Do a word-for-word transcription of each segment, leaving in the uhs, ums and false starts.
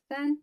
三，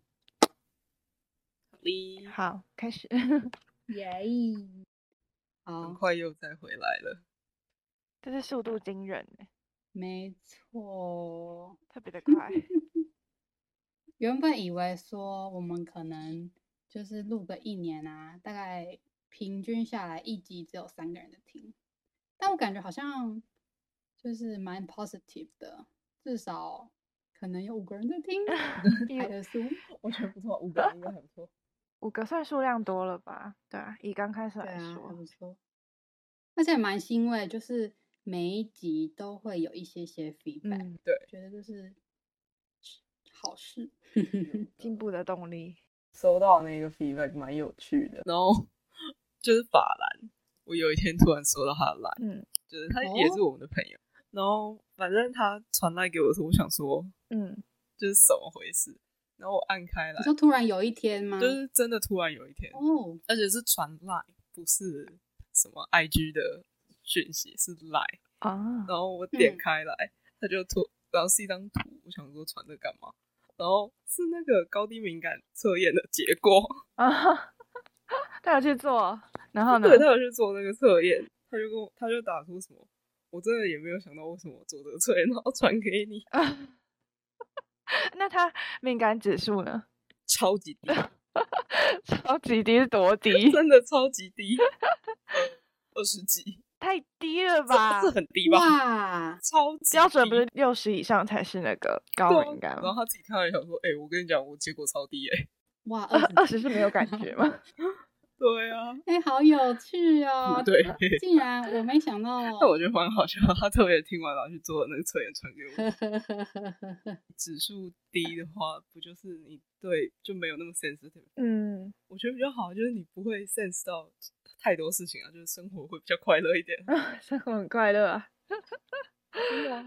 好，开始。 耶！ 很快又再回来了， 这是速度惊人耶， 没错， 特别的快。 原本以为说我们可能就是录个一年啊，大概平均下来一集只有三个人的听，但我感觉好像就是蛮 positive 的，至少可能有五个人在听。还有数， 我觉得不错，五个人应该很不错。 五个算数量多了吧？对啊，以刚开始来说， 对啊，还不错。而且蛮欣慰，就是每一集都会有一些些 feedback，、 嗯、 对， 觉得这是好事， 进步的动力。 收到那个 feedback 蛮有趣的，然后就是法兰，我有一天突然收到他的 line， 嗯， 就是他也是我们的朋友，哦、然后反正他传 line 给我的时候，我想说，嗯，就是怎么回事？然后我按开来， 你说突然有一天吗？ 就是真的突然有一天哦，而且是传 line， 不是什么 I G 的讯息，是 line 啊。然后我点开来，嗯、他就突，然后是一张图，我想说传这干嘛？然后是那个高低敏感测验的结果啊，他有去做，然后呢？ 对，他有去做那个测验，他就跟我，他就打出什么，我真的也没有想到为什么我做这个测验，然后传给你。 那他敏感指数呢？ 超级低， 超级低是多低？ 真的超级低，二十几， 太低了吧？ 这很低吧？ 哇， 超级低， 标准不是六十以上才是那个高敏感吗？ 然后他自己看到想说：“哎、欸，我跟你讲，我结果超低哎、欸。” 哇， 二十是没有感觉吗？ 对啊， 哎、欸，好有趣哦！ 对， 竟然我没想到， 但我觉得蛮好笑，他特别听完然后去做那个测验传给我。指数低的话，不就是你对就没有那么 sensitive？ 嗯，我觉得比较好，就是你不会 sense 到太多事情啊，就是生活会比较快乐一点。 生活很快乐啊， 真的啊。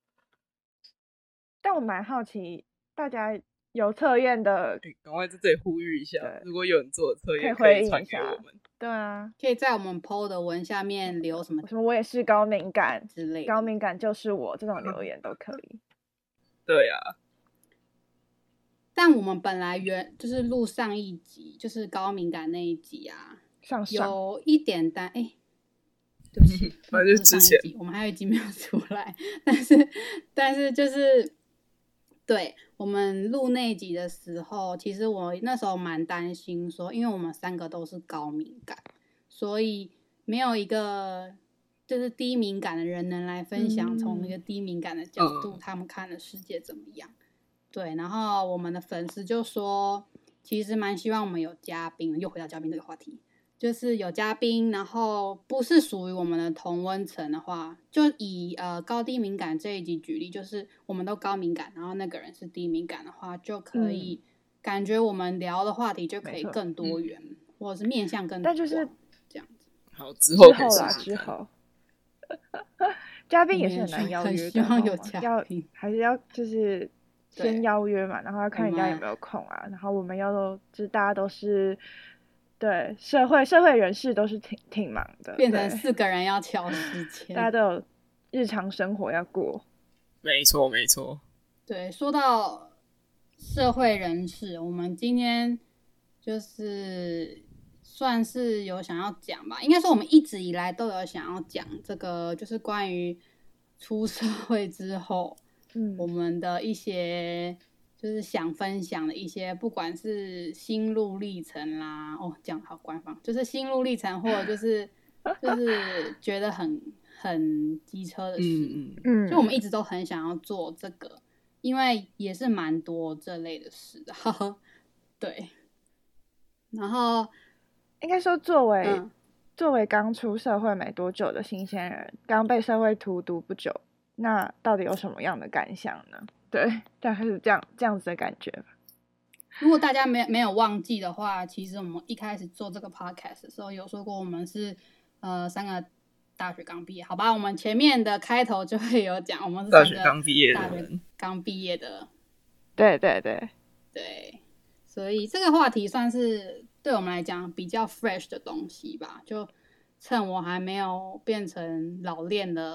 但我蛮好奇，大家有测验的， 赶快在这里呼吁一下，如果有人做的测验， 可以传给我们。 对啊， 可以在我们 P O 的文下面留什么什么我也是高敏感之类的， 高敏感就是我这种留言都可以。 对啊， 但我们本来原就是录上一集，就是高敏感那一集啊， 上上有一点单哎、欸，对不起， 反正之前我们还有一集没有出来，但是但是就是对我们录那一集的时候，其实我那时候蛮担心说，因为我们三个都是高敏感，所以没有一个就是低敏感的人能来分享从一个低敏感的角度，嗯、他们看的世界怎么样。对，然后我们的粉丝就说，其实蛮希望我们有嘉宾，又回到嘉宾这个话题，就是有嘉宾，然后不是属于我们的同温层的话，就以呃高低敏感这一集举例，就是我们都高敏感，然后那个人是低敏感的话，就可以感觉我们聊的话题就可以更多元，嗯、或者是面向更多， 但就是这样子。 好，之后之后啦，之后。嘉宾也是很难邀约的， 很希望有嘉宾， 还是要就是先邀约嘛，然后要看人家有没有空啊。然后我们要就是大家都是对社会社会人士，都是挺挺忙的， 变成四个人要敲时间， 大家都有日常生活要过。 没错没错。 对，说到社会人士，我们今天就是算是有想要讲吧，应该说我们一直以来都有想要讲这个，就是关于出社会之后，嗯，我们的一些就是想分享的一些，不管是心路历程啦，哦，讲好官方，就是心路历程，或者就是就是觉得很很机车的事，嗯嗯，就我们一直都很想要做这个，因为也是蛮多这类的事的，对，然后。 应该说，作为、嗯、作为刚出社会没多久的新鲜人，刚被社会荼毒不久，那到底有什么样的感想呢？对，大概是这样这样子的感觉吧。 如果大家没没有忘记的话，其实我们一开始做这个 podcast 的时候有说过，我们是呃三个大学刚毕业，好吧？我们前面的开头就会有讲，我们是大学刚毕业的， 大学刚毕业的， 对对对对，所以这个话题算是。对我们来讲比较 fresh 的东西吧，就趁我还没有变成老练的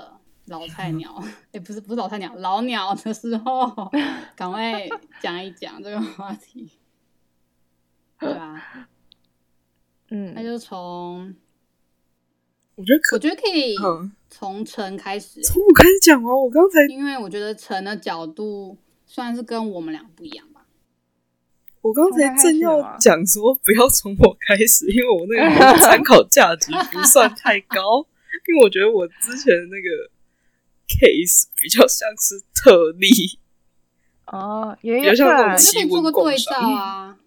老菜鸟，哎、欸，不是不是老菜鸟，老鸟的时候，赶快讲一讲这个话题，对吧？嗯，那就从， 我觉得可我觉得可以从陈开始、欸， 从我开始讲吗？我刚才因为我觉得陈的角度算是跟我们俩不一样吧。 我刚才正要讲说不要从我开始，因为我那个参考价值不算太高，因为我觉得我之前那个 case 比较像是特例哦，也比较像那种奇闻共对照啊，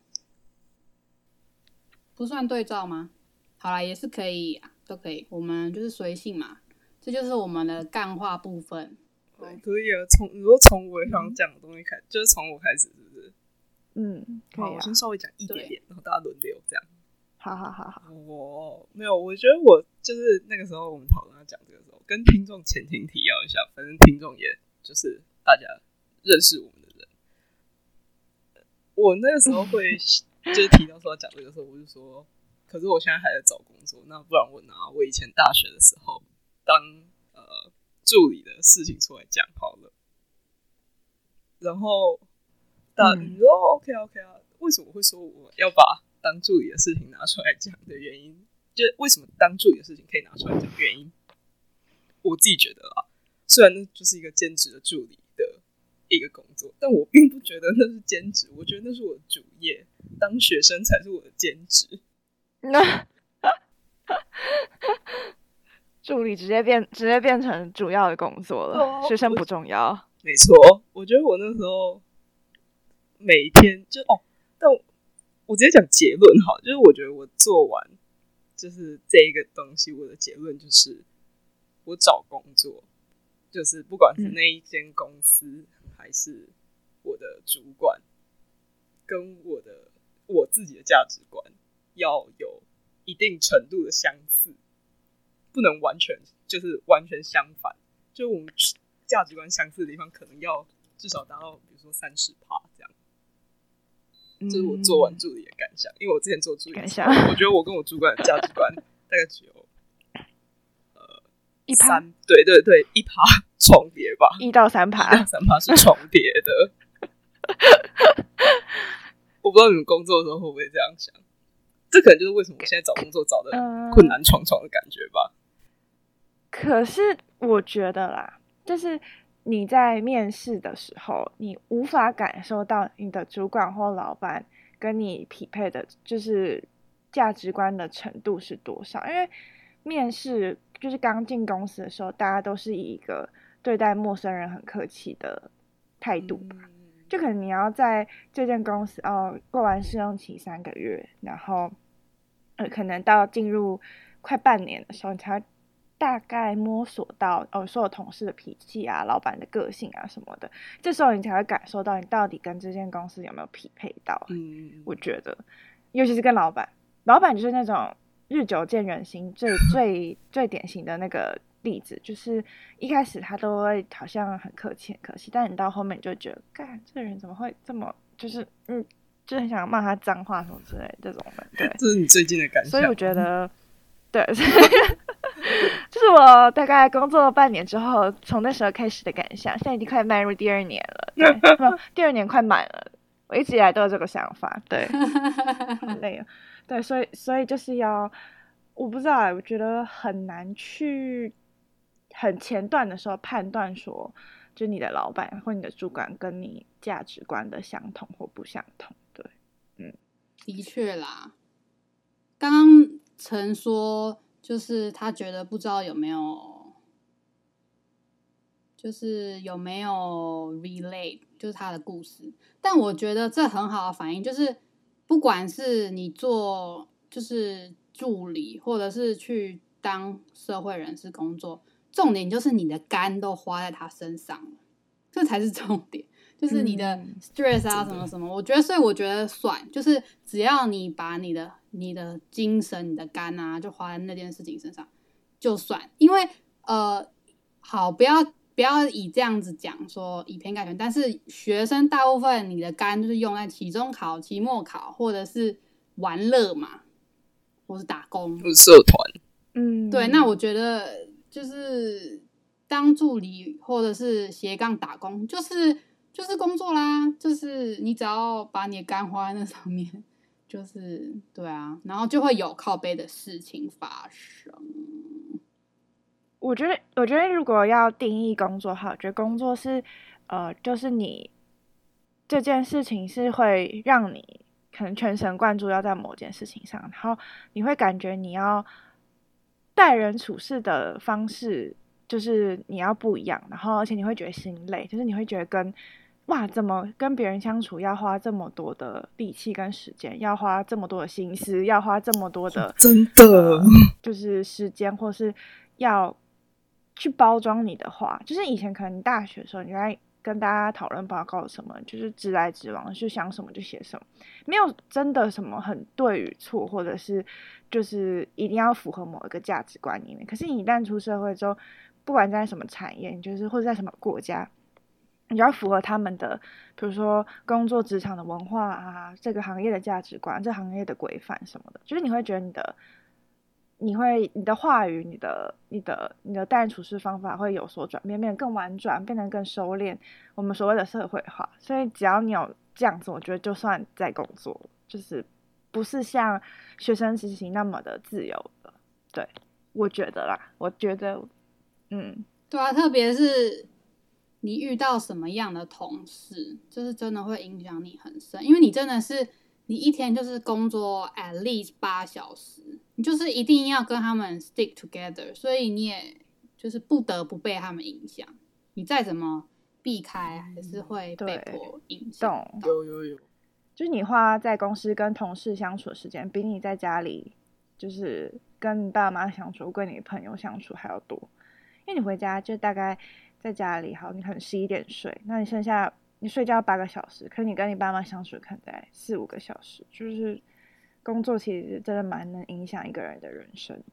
不算对照吗？好啦，也是可以、啊，都可以，我们就是随性嘛，这就是我们的干话部分。 对，可以啊。从如果从我想讲的东西开始，就是从我开始，是不是？ 嗯，可以、啊。 好，我先稍微讲一点点，然后大家轮流这样。 好好好好。 我没有，我觉得我就是那个时候我们讨论要讲这个时候，跟听众前情提要一下，反正听众也就是大家认识我们的人。我那个时候会就是提到说要讲这个时候，我就说，可是我现在还在找工作，那不然我拿我以前大学的时候当呃助理的事情出来讲好了。然后大你说 OK OK 啊？为什么会说我要把当助理的事情拿出来讲的原因，就是为什么当助理的事情可以拿出来讲的原因，我自己觉得啦，虽然那就是一个兼职的助理的一个工作，但我并不觉得那是兼职，我觉得那是我的主业，当学生才是我的兼职。 助理直接变直接变成主要的工作了，哦、学生不重要。 没错，我觉得我那时候每天就哦，但我。我直接讲结论好，就是我觉得我做完就是这一个东西，我的结论就是我找工作，就是不管是那一间公司还是我的主管，跟我的我自己的价值观要有一定程度的相似，不能完全就是完全相反。就我们价值观相似的地方，可能要至少达到比如说三十趴这样。这是我做完助理的感想，因为我之前做助理的时候，我觉得我跟我主管的价值观大概只有呃一趴， 对对对，一趴重叠吧， 一到三趴， 一到三趴是重叠的。我不知道你们工作的时候会不会这样想，这可能就是为什么我现在找工作找的困难重重的感觉吧。 可是我觉得啦，就是你在面试的时候，你无法感受到你的主管或老板跟你匹配的就是价值观的程度是多少，因为面试就是刚进公司的时候，大家都是以一个对待陌生人很客气的态度吧、嗯、就可能你要在这间公司哦过完试用期三个月，然后呃可能到进入快半年的时候，你才会大概摸索到哦，所有同事的脾气啊，老板的个性啊什么的，这时候你才会感受到你到底跟这间公司有没有匹配到。嗯，我觉得，尤其是跟老板，老板就是那种日久见人心最最最典型的那个例子，就是一开始他都会好像很客气很客气，但你到后面你就觉得，干这个人怎么会这么就是嗯，就很想骂他脏话什么之类的这种的。对， 这是你最近的感想。 所以我觉得，对。就是我大概工作了半年之后，从那时候开始的感想，现在已经快迈入第二年了，对，第二年快满了。我一直以来都有这个想法，对，很累了，对，所以所以就是要，我不知道，我觉得很难去很前段的时候判断说，就你的老板或你的主管跟你价值观的相同或不相同，对，嗯， 的确啦，刚刚曾说。就是他觉得不知道有没有，就是有没有 relate， 就是他的故事。但我觉得这很好的反应，就是不管是你做就是助理，或者是去当社会人士工作，重点就是你的肝都花在他身上了，这才是重点。就是你的 stress 啊什么什么，我觉得，所以我觉得算，就是只要你把你的你的精神、你的肝啊，就花在那件事情身上，就算。因为呃，好，不要不要以这样子讲说以偏概全，但是学生大部分你的肝就是用在期中考、期末考，或者是玩乐嘛，或是打工， 或是社团。 嗯， 对，那我觉得就是当助理或者是斜杠打工，就是就是工作啦，就是你只要把你的肝花在那上面，就是对啊，然后就会有靠背的事情发生。 我觉得，我觉得如果要定义工作哈，我觉得工作是，呃，就是你这件事情是会让你可能全神贯注要在某件事情上，然后你会感觉你要待人处事的方式就是你要不一样，然后而且你会觉得心累，就是你会觉得跟哇怎么跟别人相处要花这么多的力气跟时间，要花这么多的心思，要花这么多的真的、呃、 就是时间，或是要去包装你的话，就是以前可能你大学的时候你在跟大家讨论报告什么，就是直来直往，就想什么就写什么，没有真的什么很对与错，或者是就是一定要符合某一个价值观里面。可是你一旦出社会之后，不管在什么产业，就是或者在什么国家，你就要符合他们的，比如说工作职场的文化啊，这个行业的价值观，这行业的规范什么的，就是你会觉得你的。你会你的话语你的你的你的待人处事方法会有所转变，变得更婉转，变得更收敛，我们所谓的社会化。所以只要你有这样子，我觉得就算在工作，就是不是像学生时期那么的自由的。对，我觉得啦，我觉得嗯， 对啊，特别是你遇到什么样的同事，就是真的会影响你很深，因为你真的是你一天就是工作 at least 八小时，你就是一定要跟他们 stick together， 所以你也就是不得不被他们影响，你再怎么避开还是会被迫影响。 有有有， 就是你花在公司跟同事相处的时间，比你在家里就是跟你爸妈相处、跟你朋友相处还要多，因为你回家就大概在家里，好，你可能十一点睡，那你剩下你睡觉八个小时，可是你跟你爸妈相处可能在四五个小时，就是工作其实真的蛮能影响一个人的人生的。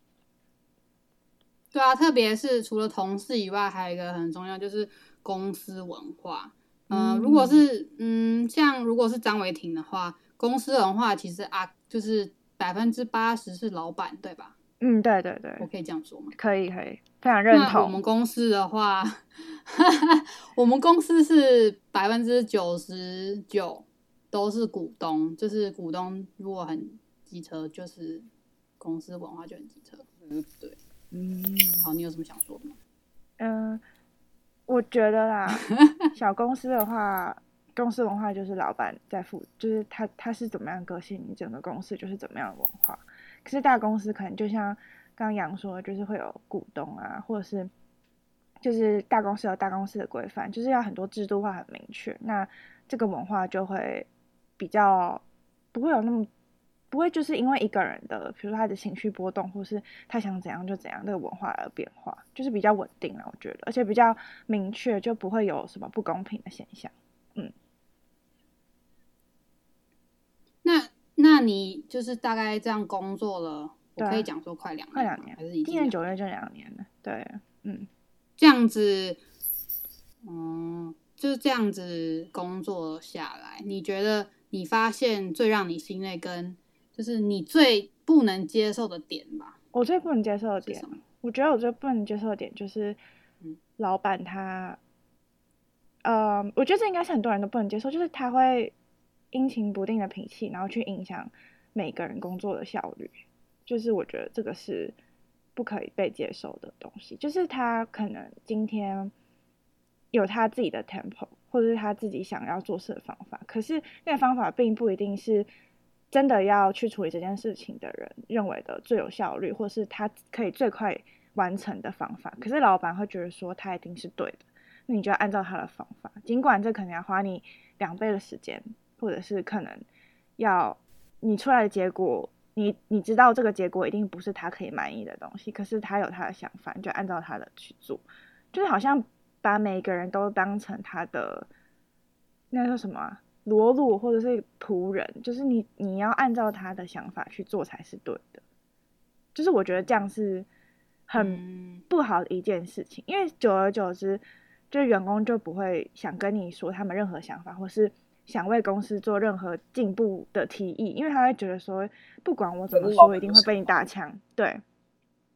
对啊，特别是除了同事以外，还有一个很重要就是公司文化。呃，如果是嗯，像如果是张维婷的话，公司文化其实啊，就是百分之八十是老板，对吧？ 嗯，对对对， 我可以这样说吗？ 可以可以，非常认同。 那我们公司的话，我们公司是百分之九十九都是股东，就是股东如果很机车，就是公司文化就很机车。嗯，对，嗯，好，你有什么想说的吗？ 嗯、呃，我觉得啦，小公司的话，公司文化就是老板在负，就是他他是怎么样个性，你整个公司就是怎么样的文化。可是大公司可能就像刚刚杨说的，就是会有股东啊，或者是就是大公司有大公司的规范，就是要很多制度化很明确，那这个文化就会比较不会有那么不会就是因为一个人的，比如说他的情绪波动，或是他想怎样就怎样，这个文化而变化，就是比较稳定啦，我觉得，而且比较明确，就不会有什么不公平的现象。嗯， 那那你就是大概这样工作了，我可以讲说快两年， 快两年， 还是已经今年九月就两年了。对，嗯， 这样子，嗯，就是这样子工作下来，你觉得你发现最让你心累跟就是你最不能接受的点吧？ 我最不能接受的点，我觉得我最不能接受的点就是，老板他，呃，我觉得这应该是很多人都不能接受，就是他会阴晴不定的脾气，然后去影响每个人工作的效率，就是我觉得这个是不可以被接受的东西，就是他可能今天有他自己的 tempo， 或者是他自己想要做事的方法，可是那个方法并不一定是真的要去处理这件事情的人认为的最有效率，或是他可以最快完成的方法，可是老板会觉得说他一定是对的，那你就要按照他的方法，尽管这可能要花你两倍的时间，或者是可能要你出来的结果你你知道这个结果一定不是他可以满意的东西，可是他有他的想法，你就按照他的去做，就是好像把每一个人都当成他的那叫什么啊裸裸或者是仆人，就是你你要按照他的想法去做才是对的，就是我觉得这样是很不好的一件事情，因为久而久之就是员工就不会想跟你说他们任何想法，或是想为公司做任何进步的提议，因为他会觉得说不管我怎么说一定会被你打枪。对，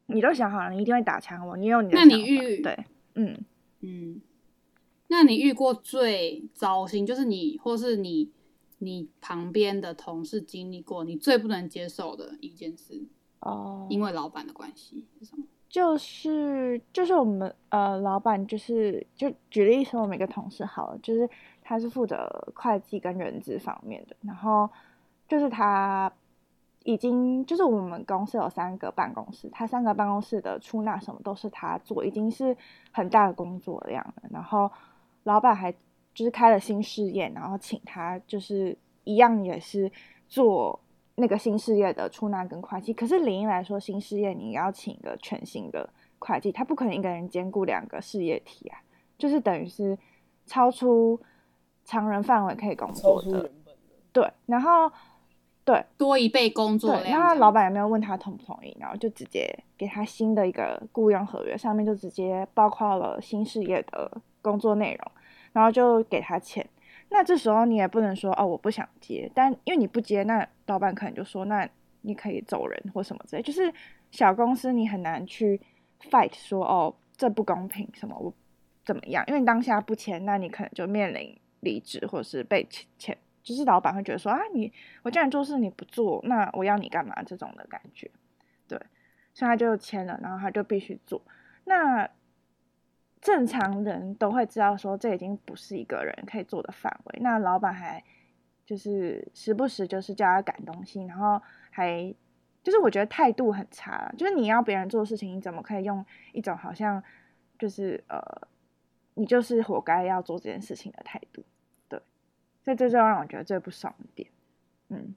你都想好了，你一定会打枪我，你有你的那想法。 你遇对，嗯嗯，那你遇过最糟心，就是你或是你你旁边的同事经历过你最不能接受的一件事哦，因为老板的关系是什么？ 就是就是我们呃老板就是就举例说我们一个同事好了，就是他是负责会计跟人资方面的，然后就是他已经就是我们公司有三个办公室，他三个办公室的出纳什么都是他做，已经是很大的工作量了。然后老板还就是开了新事业，然后请他就是一样也是做那个新事业的出纳跟会计。可是理应来说，新事业你要请一个全新的会计，他不可能一个人兼顾两个事业体啊，就是等于是超出常人范围可以工作的。对，然后对多一倍工作量， 对，然后老板也没有问他同不同意，然后就直接给他新的一个雇佣合约，上面就直接包括了新事业的工作内容，然后就给他钱。那这时候你也不能说哦我不想接，但因为你不接，那老板可能就说那你可以走人或什么之类，就是小公司你很难去 fight 说哦这不公平什么我怎么样，因为你当下不签，那你可能就面临离职或是被遣，就是老板会觉得说啊你我既然做事你不做，那我要你干嘛这种的感觉。对，所以他就签了，然后他就必须做。那正常人都会知道说这已经不是一个人可以做的范围，那老板还就是时不时就是叫他赶东西，然后还就是我觉得态度很差，就是你要别人做事情，你怎么可以用一种好像就是呃你就是活该要做这件事情的态度。对，所以这就让我觉得最不爽的点。嗯，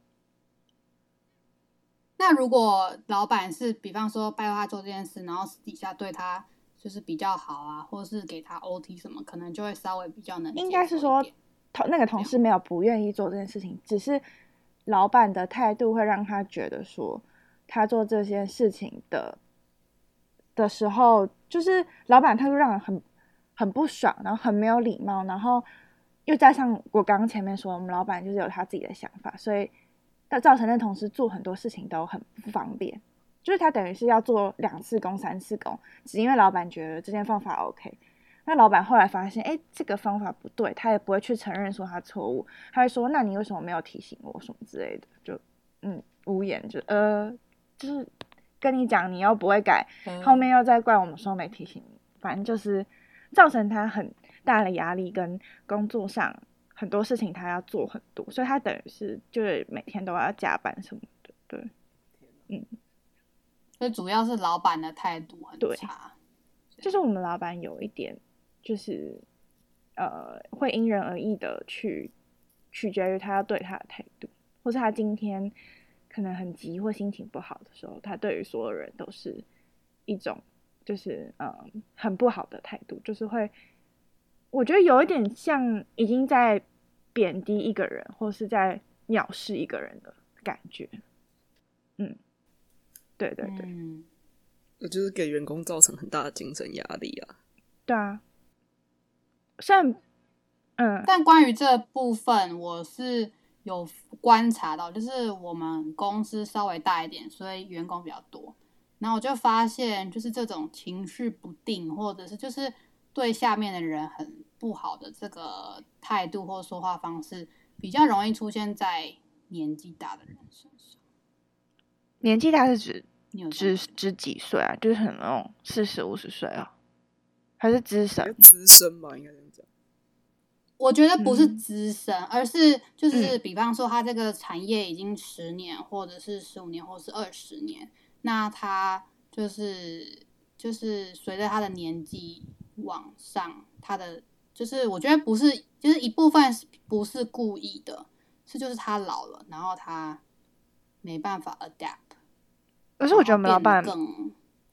那如果老板是比方说拜托他做这件事，然后私底下对他就是比较好啊，或是给他 O T 什么，可能就会稍微比较能接受一点。 应该是说同那个同事没有不愿意做这件事情，只是老板的态度会让他觉得说他做这件事情的的时候，就是老板态度让人很很不爽，然后很没有礼貌，然后又加上我刚刚前面说我们老板就是有他自己的想法，所以造成那同事做很多事情都很不方便，就是他等于是要做两次工三次工，只因为老板觉得这件方法 OK。那老板后来发现哎这个方法不对，他也不会去承认说他错误，他会说那你为什么没有提醒我什么之类的，就嗯无言，就呃就是跟你讲你又不会改，后面又再怪我们说没提醒你，反正就是造成他很大的压力，跟工作上很多事情他要做很多，所以他等于是就是每天都要加班什么的。对，嗯， 所以主要是老板的态度很差， 就是我们老板有一点就是呃会因人而异的去取决于他要对他的态度，或是他今天可能很急或心情不好的时候，他对于所有人都是一种就是嗯很不好的态度，就是会我觉得有一点像已经在贬低一个人或是在藐视一个人的感觉。嗯，对对对， 嗯，就是给员工造成很大的精神压力啊。 对啊，虽然嗯， 但关于这部分我是有观察到，就是我们公司稍微大一点，所以员工比较多，然后我就发现就是这种情绪不定，或者是就是对下面的人很不好的这个态度或说话方式，比较容易出现在年纪大的人身上。 年纪大是指指指几岁啊？就是很那种四十五十岁啊，还是资深？ 资深吧，应该这样讲。 我觉得不是资深，嗯、而是就是比方说他这个产业已经十年，或者是十五年，或者是二十年，那他就是就是随着他的年纪往上，他的就是我觉得不是，就是一部分不是故意的，是就是他老了，然后他没办法 adapt。 可是我觉得我们老板更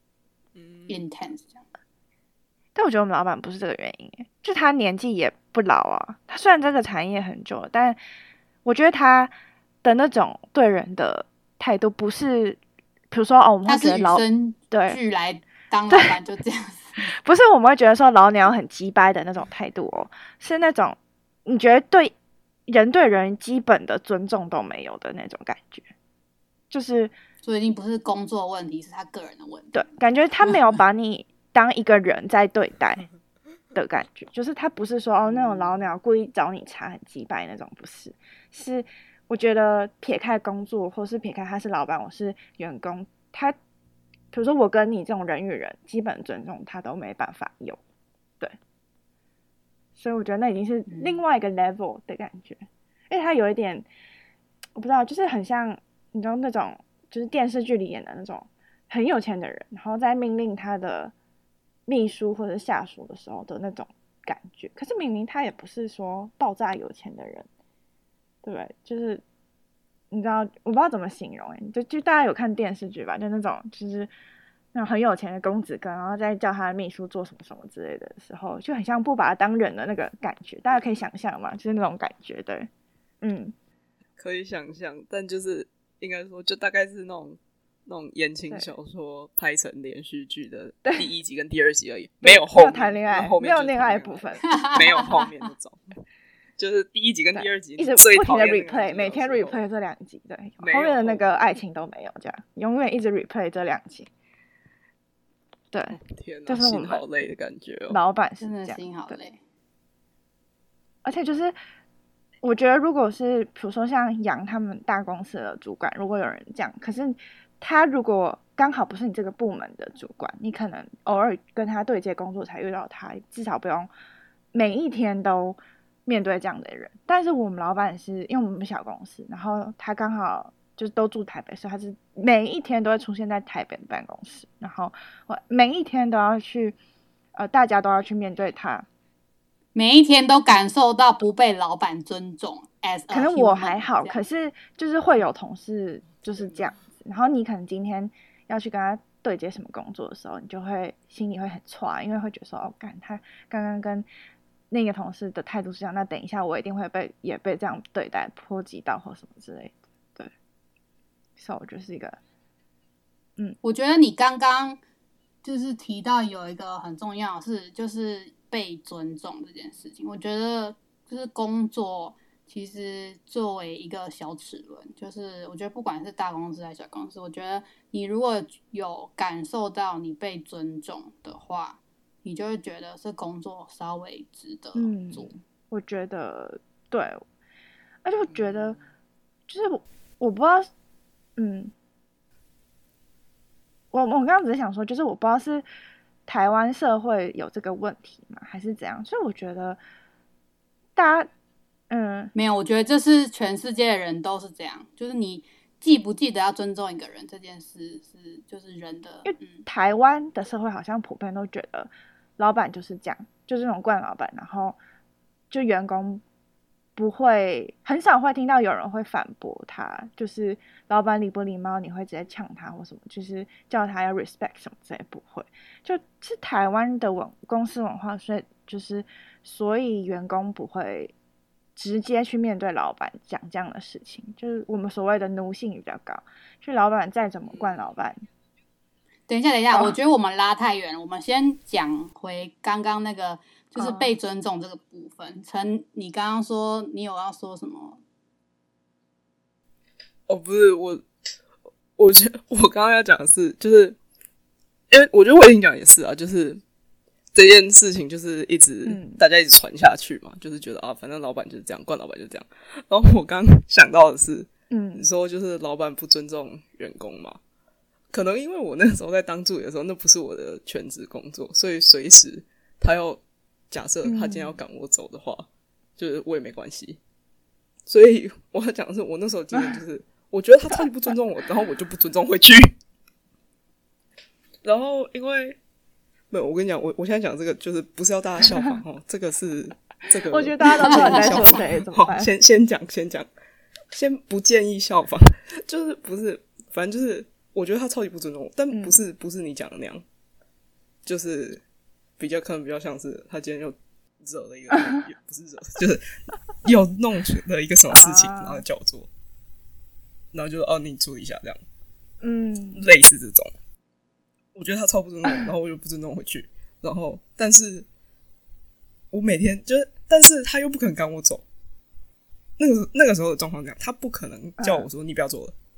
intense 这样， 但我觉得我们老板不是这个原因，就他年纪也不老啊。他虽然这个产业很久，但我觉得他的那种对人的态度不是，比如说哦，我们会觉得老对剧来当老板就这样子， 不是我们会觉得说老鸟很鸡掰的那种态度哦，是那种你觉得对人对人基本的尊重都没有的那种感觉。 就是所以已经不是工作问题，是他个人的问题。 对，感觉他没有把你当一个人在对待的感觉，就是他不是说哦那种老鸟故意找你茬很鸡掰那种，不是，是我觉得撇开工作，或是撇开他是老板我是员工，他比如说我跟你这种人与人基本尊重他都没办法有，对，所以我觉得那已经是另外一个 level 的感觉，因为他有一点我不知道，就是很像你知道那种就是电视剧里演的那种很有钱的人，然后在命令他的秘书或者下属的时候的那种感觉，可是明明他也不是说爆炸有钱的人，对不对？就是你知道我不知道怎么形容、欸、就, 就大家有看电视剧吧，就那种就是那种很有钱的公子哥，然后再叫他的秘书做什么什么之类的时候，就很像不把他当人的那个感觉，大家可以想象嘛，就是那种感觉，对，嗯， 可以想象，但就是应该说就大概是那种那种言情小说拍成连续剧的第一集跟第二集而已，没有后面谈恋爱， 后面没有恋爱部分， 没有后面那种，就是第一集跟第二集一直不停的 replay， 每天 replay 这两集，对，后面的那个爱情都没有，这样永远一直 replay 这两集，对，哦、 天哪，就是我们心好累的感觉哦， 老板是真的心好累， 而且就是。我觉得如果是比如说像杨他们大公司的主管，如果有人这样，可是他如果刚好不是你这个部门的主管，你可能偶尔跟他对接工作才遇到他，至少不用每一天都面对这样的人。但是我们老板是因为我们小公司，然后他刚好就是都住台北，所以他是每一天都会出现在台北的办公室，然后我每一天都要去呃大家都要去面对他， 每一天都感受到不被老板尊重 as 可能我还好，可是就是会有同事就是这样子，然后你可能今天要去跟他对接什么工作的时候，你就会心里会很挫，因为会觉得说哦干他刚刚跟那个同事的态度是这样，那等一下我一定会被也被这样对待波及到或什么之类的，对，所以我就是一个嗯， 我觉得你刚刚就是提到有一个很重要的是就是被尊重这件事情，我觉得就是工作其实作为一个小齿轮，就是我觉得不管是大公司还是小公司，我觉得你如果有感受到你被尊重的话，你就会觉得这工作稍微值得做。 嗯，我觉得对，而且我觉得就是我我不知道，嗯，我我刚刚只是想说，就是我不知道是台湾社会有这个问题吗，还是怎样？所以我觉得大家，嗯， 没有，我觉得这是全世界的人都是这样，就是你记不记得要尊重一个人这件事是就是人的， 因为台湾的社会好像普遍都觉得老板就是这样，就是那种惯老板，然后就员工不会很少会听到有人会反驳他，就是老板礼不礼貌，你会直接呛他或什么，就是叫他要 respect 什么之类，不会。就是台湾的文公司文化，所以就是所以员工不会直接去面对老板讲这样的事情，就是我们所谓的奴性比较高，就老板再怎么惯老板。 等一下，等一下，我觉得我们拉太远了，我们先讲回刚刚那个。就是被尊重这个部分，陈，你刚刚说你有要说什么？ 哦，不是我，我觉得我刚刚要讲的是，就是因为我觉得我已经讲也是啊，就是这件事情就是一直、嗯、大家一直传下去嘛，就是觉得啊，反正老板就是这样，惯老板就是这样。然后我刚想到的是，嗯，你说就是老板不尊重员工嘛，可能因为我那时候在当助理的时候，那不是我的全职工作，所以随时他要。假设他今天要赶我走的话、嗯、就是我也没关系，所以我要讲的是我那时候经验就是我觉得他超级不尊重我然后我就不尊重回去，然后因为没有我跟你讲我我现在讲这个就是不是要大家效仿哦，这个是这个我觉得大家都知道你在说谁怎么办、哦、 先先讲先讲先不建议效仿，就是不是反正就是我觉得他超级不尊重我，但不是、嗯、不是你讲的那样，就是比较可能比较像是他今天又惹了一个不是惹就是又弄出了一个什么事情然后叫我做，然后就说哦你处理一下这样，嗯，类似这种我觉得他超不尊重我，然后我就不尊重回去，然后但是我每天就是但是他又不可能赶我走，那个那个时候的状况这样，他不可能叫我说你不要做了，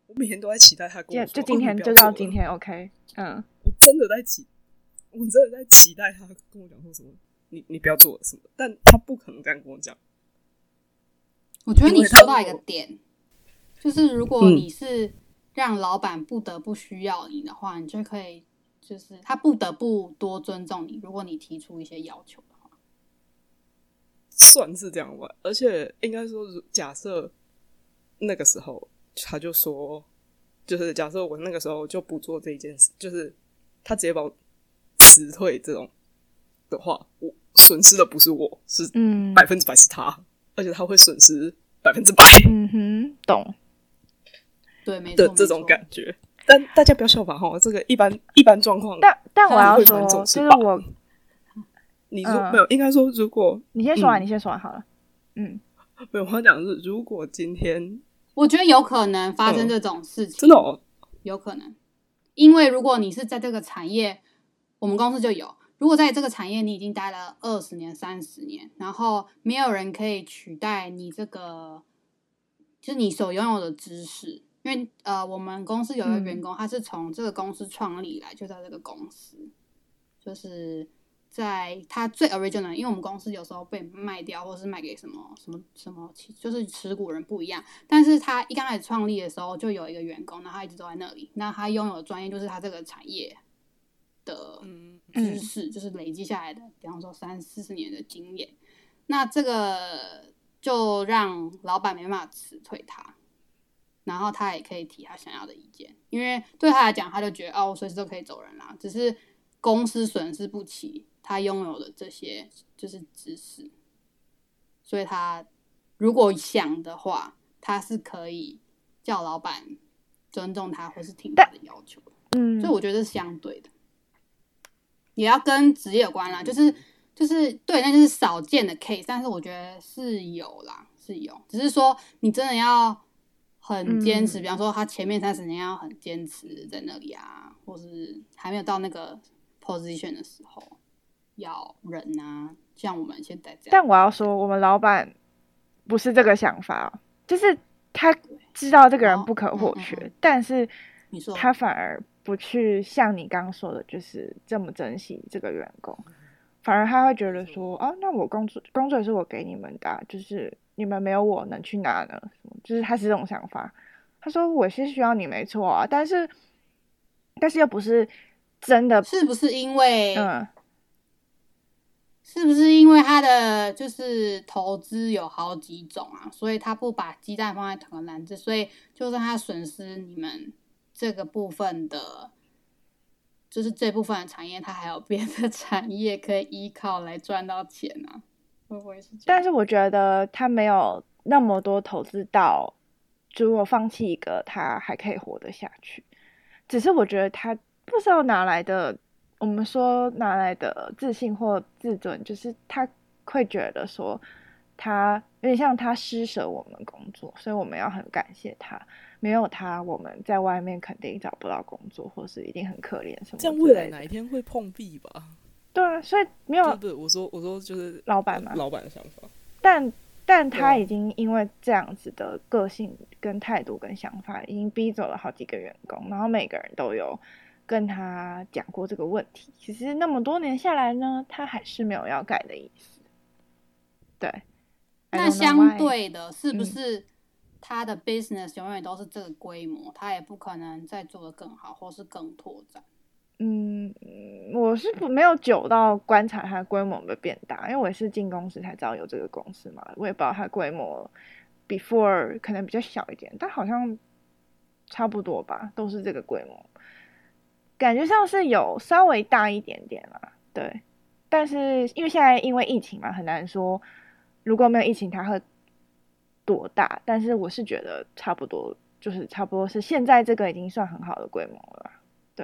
我每天都在期待他跟我说， 就今天、 哦、 就到今天 OK。 嗯， 我真的在期我真的在期待他跟我讲说什么，你你不要做了什么，但他不可能这样跟我讲。 我觉得你说到一个点，就是如果你是让老板不得不需要你的话，嗯、你就可以就是他不得不多尊重你，如果你提出一些要求的话， 算是这样吧。而且应该说，假设那个时候他就说，就是假设我那个时候就不做这一件事，就是他直接把我辞退这种的话，我损失的不是我，是百分之百是他、嗯，而且他会损失百分之百。 嗯哼，懂。 对，没错的这种感觉。但大家不要效仿哈，这个一般一般状况。 但但我要说，就是我， 你说、嗯、没有，应该说如果你先说完，嗯、你先说完好了。嗯， 没有，我要讲的是，如果今天， 我觉得有可能发生这种事情， 嗯、真的哦， 有可能，因为如果你是在这个产业，我们公司就有，如果在这个产业你已经待了二十年、三十年，然后没有人可以取代你这个，就是你所拥有的知识。因为呃，我们公司有一个员工，嗯、他是从这个公司创立来，就在这个公司，就是在他最 original， 因为我们公司有时候被卖掉，或是卖给什么什么什么，就是持股人不一样。但是他一刚开始创立的时候，就有一个员工，那他一直都在那里。那他拥有的专业就是他这个产业的知识，嗯、就是累积下来的，比方说三四十年的经验。那这个就让老板没办法辞退他。然后他也可以提他想要的意见，因为对他来讲，他就觉得哦，我随时都可以走人啦。只是公司损失不起他拥有的这些就是知识，所以他如果想的话，他是可以叫老板尊重他或是听他的要求的。嗯，所以我觉得是相对的，也要跟职业有关啦。就是就是对，那就是少见的 case， 但是我觉得是有啦，是有，只是说你真的要。很坚持，比方说他前面三十年要很坚持在那里啊，或是还没有到那个 position 的时候要忍啊，像我们现在这样。 但我要说，我们老板不是这个想法，就是他知道这个人不可或缺，嗯嗯嗯但是他反而不去像你刚刚说的，就是这么珍惜这个员工，反而他会觉得说，哦，那我工作工作也是我给你们的、啊，就是你们没有我能去哪呢？就是他是这种想法。他说我是需要你没错啊，但是但是又不是真的， 是不是因为嗯， 是不是因为他的就是投资有好几种啊，所以他不把鸡蛋放在同个篮子，所以就算他损失你们这个部分的，就是这部分的产业，他还有别的产业可以依靠来赚到钱啊，会不会是这样？ 但是我觉得他没有那么多投资到。如果放弃一个，他还可以活得下去。只是我觉得他不知道哪来的，我们说哪来的自信或自尊，就是他会觉得说，他有点像他施舍我们工作，所以我们要很感谢他。没有他，我们在外面肯定找不到工作，或是一定很可怜什么之类的。 这样未来哪一天会碰壁吧？ 对啊，所以没有。 对，我说我说就是老板嘛， 老板的想法， 但。但他已经因为这样子的个性跟态度跟想法，已经逼走了好几个员工，然后每个人都有跟他讲过这个问题。其实那么多年下来呢，他还是没有要改的意思。对， 那相对的，是不是他的 business 永远都是这个规模，他也不可能再做得更好，或是更拓展？ 嗯，我是不没有久到观察它的规模会变大，因为我也是进公司才知道有这个公司嘛，我也不知道它规模 before 可能比较小一点，但好像差不多吧，都是这个规模，感觉像是有稍微大一点点啦，对，但是因为现在因为疫情嘛，很难说如果没有疫情它会多大，但是我是觉得差不多，就是差不多是现在这个已经算很好的规模了啦，对。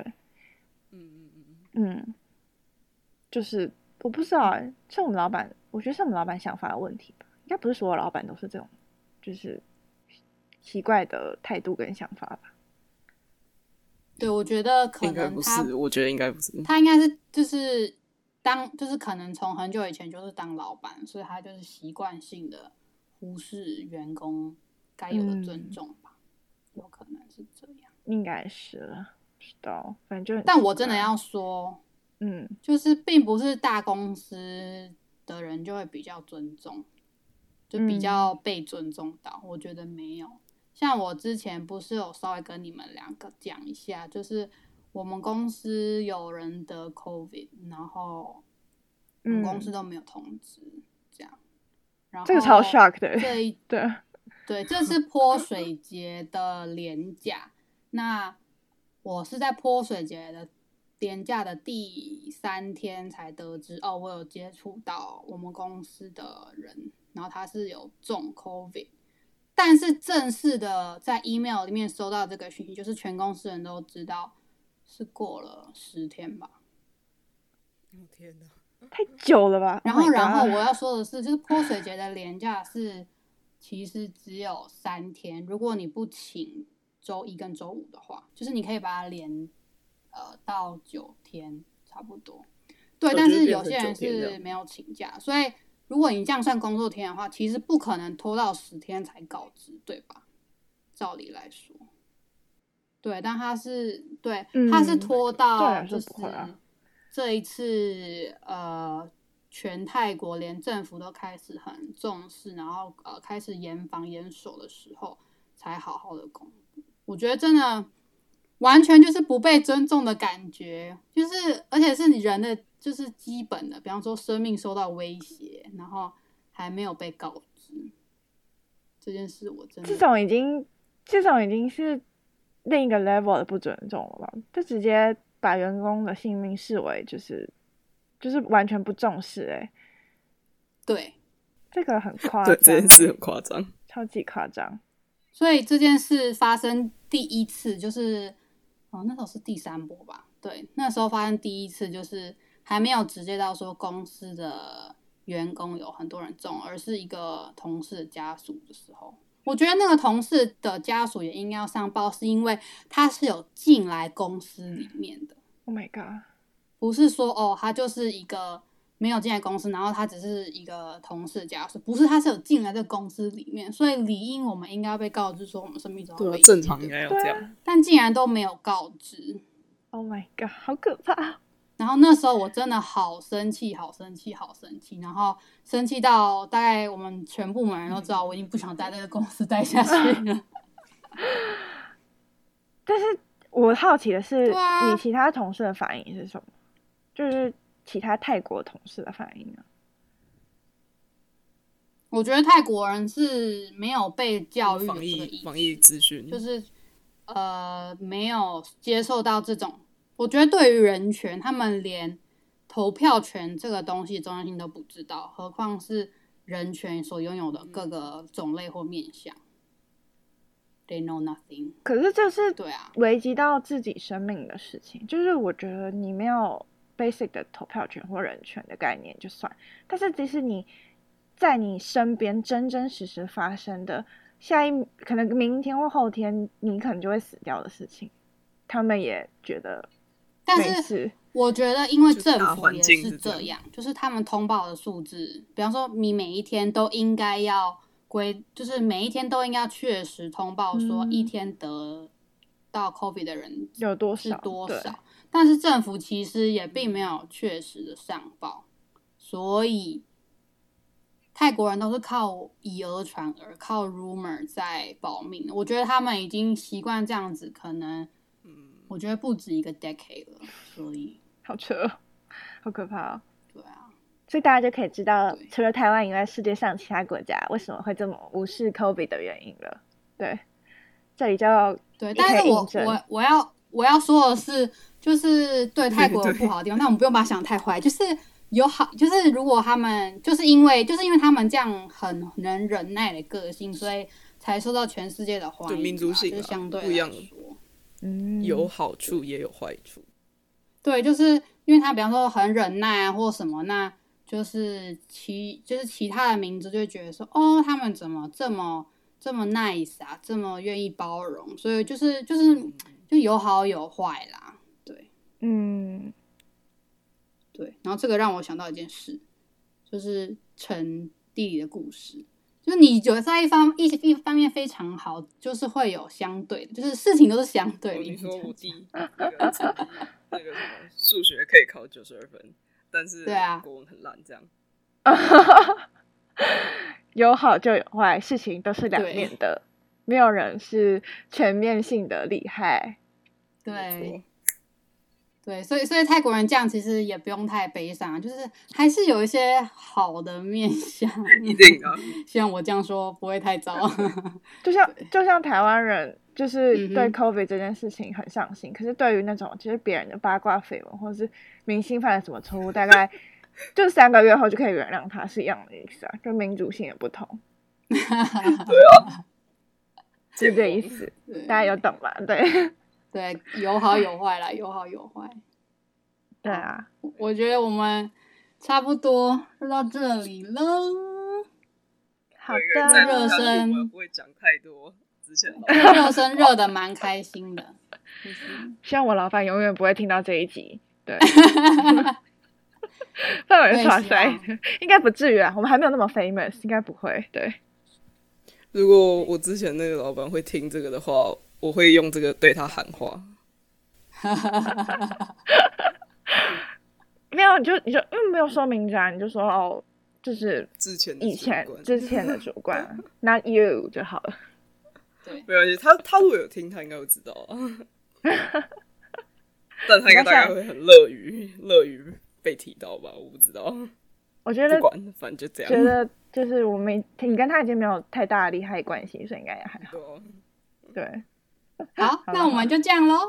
嗯，就是我不知道，是我们老板，我觉得是我们老板想法的问题吧，应该不是所有老板都是这种，就是奇怪的态度跟想法吧。 对，我觉得可能他应该不是，我觉得应该不是， 他应该是就是当就是可能从很久以前就是当老板，所以他就是习惯性的忽视员工该有的尊重吧。嗯有可能是这样， 应该是了，不知道，反正就但我真的要说， 嗯， 就是并不是大公司的人就会比较尊重，就比较被尊重到，嗯、我觉得没有。像我之前不是有稍微跟你们两个讲一下，就是我们公司有人得 COVID， 然后我们公司都没有通知，嗯、这样。然后这个超 shock 的， 这一对对，这是泼水节的连假。那我是在泼水节的连假的第三天才得知，哦，我有接触到我们公司的人，然后他是有中 COVID。但是正式的在 email 里面收到这个讯息，就是全公司人都知道，是过了十天吧。 哦天哪， 太久了吧！ 然后， oh、然后我要说的是，就是泼水节的连假是其实只有三天，如果你不请周一跟周五的话，就是你可以把它连呃到九天差不多。对，但是有些人是没有请假，所以如果你这样算工作天的话，其实不可能拖到十天才告知，对吧？照理来说，对，但他是对，他是拖到就是这一次呃，全泰国连政府都开始很重视，然后呃开始严防严守的时候，才好好的公布。我觉得真的完全就是不被尊重的感觉，就是而且是你人的就是基本的，比方说生命受到威胁，然后还没有被告知这件事，我真的这种已经这种已经是另一个 level 的不尊重了吧？就直接把员工的性命视为就是就是完全不重视哎、欸。 对， 这个很夸张、 欸，对，这件事很夸张， 超级夸张。 所以这件事发生第一次就是哦，那时候是第三波吧？对，那时候发生第一次就是还没有直接到说公司的员工有很多人中，而是一个同事的家属的时候。我觉得那个同事的家属也应该要上报，是因为他是有进来公司里面的。 Oh my god！ 不是说哦，他就是一个没有进来公司，然后他只是一个同事的家属，不是，他是有进来这公司里面，所以理应我们应该要被告知说我们生命受到威胁， 正常应该要这样， 但竟然都没有告知。 Oh my god！ 好可怕！ 然后那时候我真的好生气，好生气，好生气，然后生气到大概我们全部门人都知道我已经不想在这个公司待下去了。 但是我好奇的是， 啊、 你其他同事的反应是什么？就是其他泰国同事的反应呢？ 我觉得泰国人是没有被教育的这个意识， 防疫资讯就是呃没有接受到这种。我觉得对于人权，他们连投票权这个东西重要性都不知道，何况是人权所拥有的各个种类或面向。They know nothing。 可是这是对啊， 危及到自己生命的事情。就是我觉得你没有 basic 的投票权或人权的概念就算，但是即使你在你身边真真实实发生的下一可能明天或后天你可能就会死掉的事情，他们也觉得。 但是我觉得因为政府也是这样，就是他们通报的数字，比方说你每一天都应该要归，就是每一天都应该要确实通报说一天得到 COVID 的人有多少是多少，但是政府其实也并没有确实的上报，所以泰国人都是靠以讹传讹，靠 rumor 在保命。我觉得他们已经习惯这样子，可能我觉得不止一个 decade 了，所以好扯，好可怕哦。 对啊， 所以大家就可以知道，除了台湾以外，世界上其他国家为什么会这么无视 COVID 的原因了。对，这里就对，但是我我我要我要说的是，就是对泰国有不好的地方，但我们不用把它想太坏，就是有好，就是如果他们就是因为就是因为他们这样很能忍耐的个性，所以才受到全世界的欢迎、啊， 民族性、啊、 就是相对不一样。 嗯， 有好处也有坏处。 对，就是因为他比方说很忍耐啊，或什么，那就是其就是其他的民族就会觉得说，哦，他们怎么这么这么 nice 啊，这么愿意包容，所以就是就是就有好有坏啦，对， 嗯， 对。然后这个让我想到一件事，就是陈地理的故事。 就你觉得在一方一一方面非常好，就是会有相对的，就是事情都是相对的。 哦、你说我弟那个那个什么数学可以考九十二分，但是对啊， 国文很烂，这样。 有好就有坏，事情都是两面的，没有人是全面性的厉害。 对。对，所以所以泰国人这样其实也不用太悲伤，就是还是有一些好的面向。 一定啊！ 希望我这样说不会太糟。 就像就像台湾人，就是对 COVID 这件事情很上心，嗯、可是对于那种就是别人的八卦绯闻，或者是明星犯了什么错误，大概就三个月后就可以原谅他，是一样的意思啊，就民族性也不同。 对啊， 是这意思，大家有懂吗？对。 对，有好有坏啦，有好有坏。 对啊， 我觉得我们差不多就到这里了。 好的， 热身我不会讲太多，之前热身热的蛮开心的。 希望我老板永远不会听到这一集。对，范围耍帅，应该不至于啊，我们还没有那么 famous， 应该不会。对， 如果我之前那个老板会听这个的话，我会用这个对他喊话。 没有，你就你就因为没有说名字啊，你就说哦，就是之前以前之前的主管，not you 就好了。 对， 没关系，他他如果有听，他应该会知道啊。但他应该大概会很乐于乐于被提到吧，我不知道。 我觉得不管，反正就这样。 觉得就是我们你跟他已经没有太大的利害关系，所以应该也还好。对。 好，那我们就这样咯。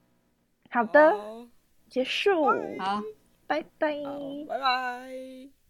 好的，结束。 好， 拜拜， 拜拜。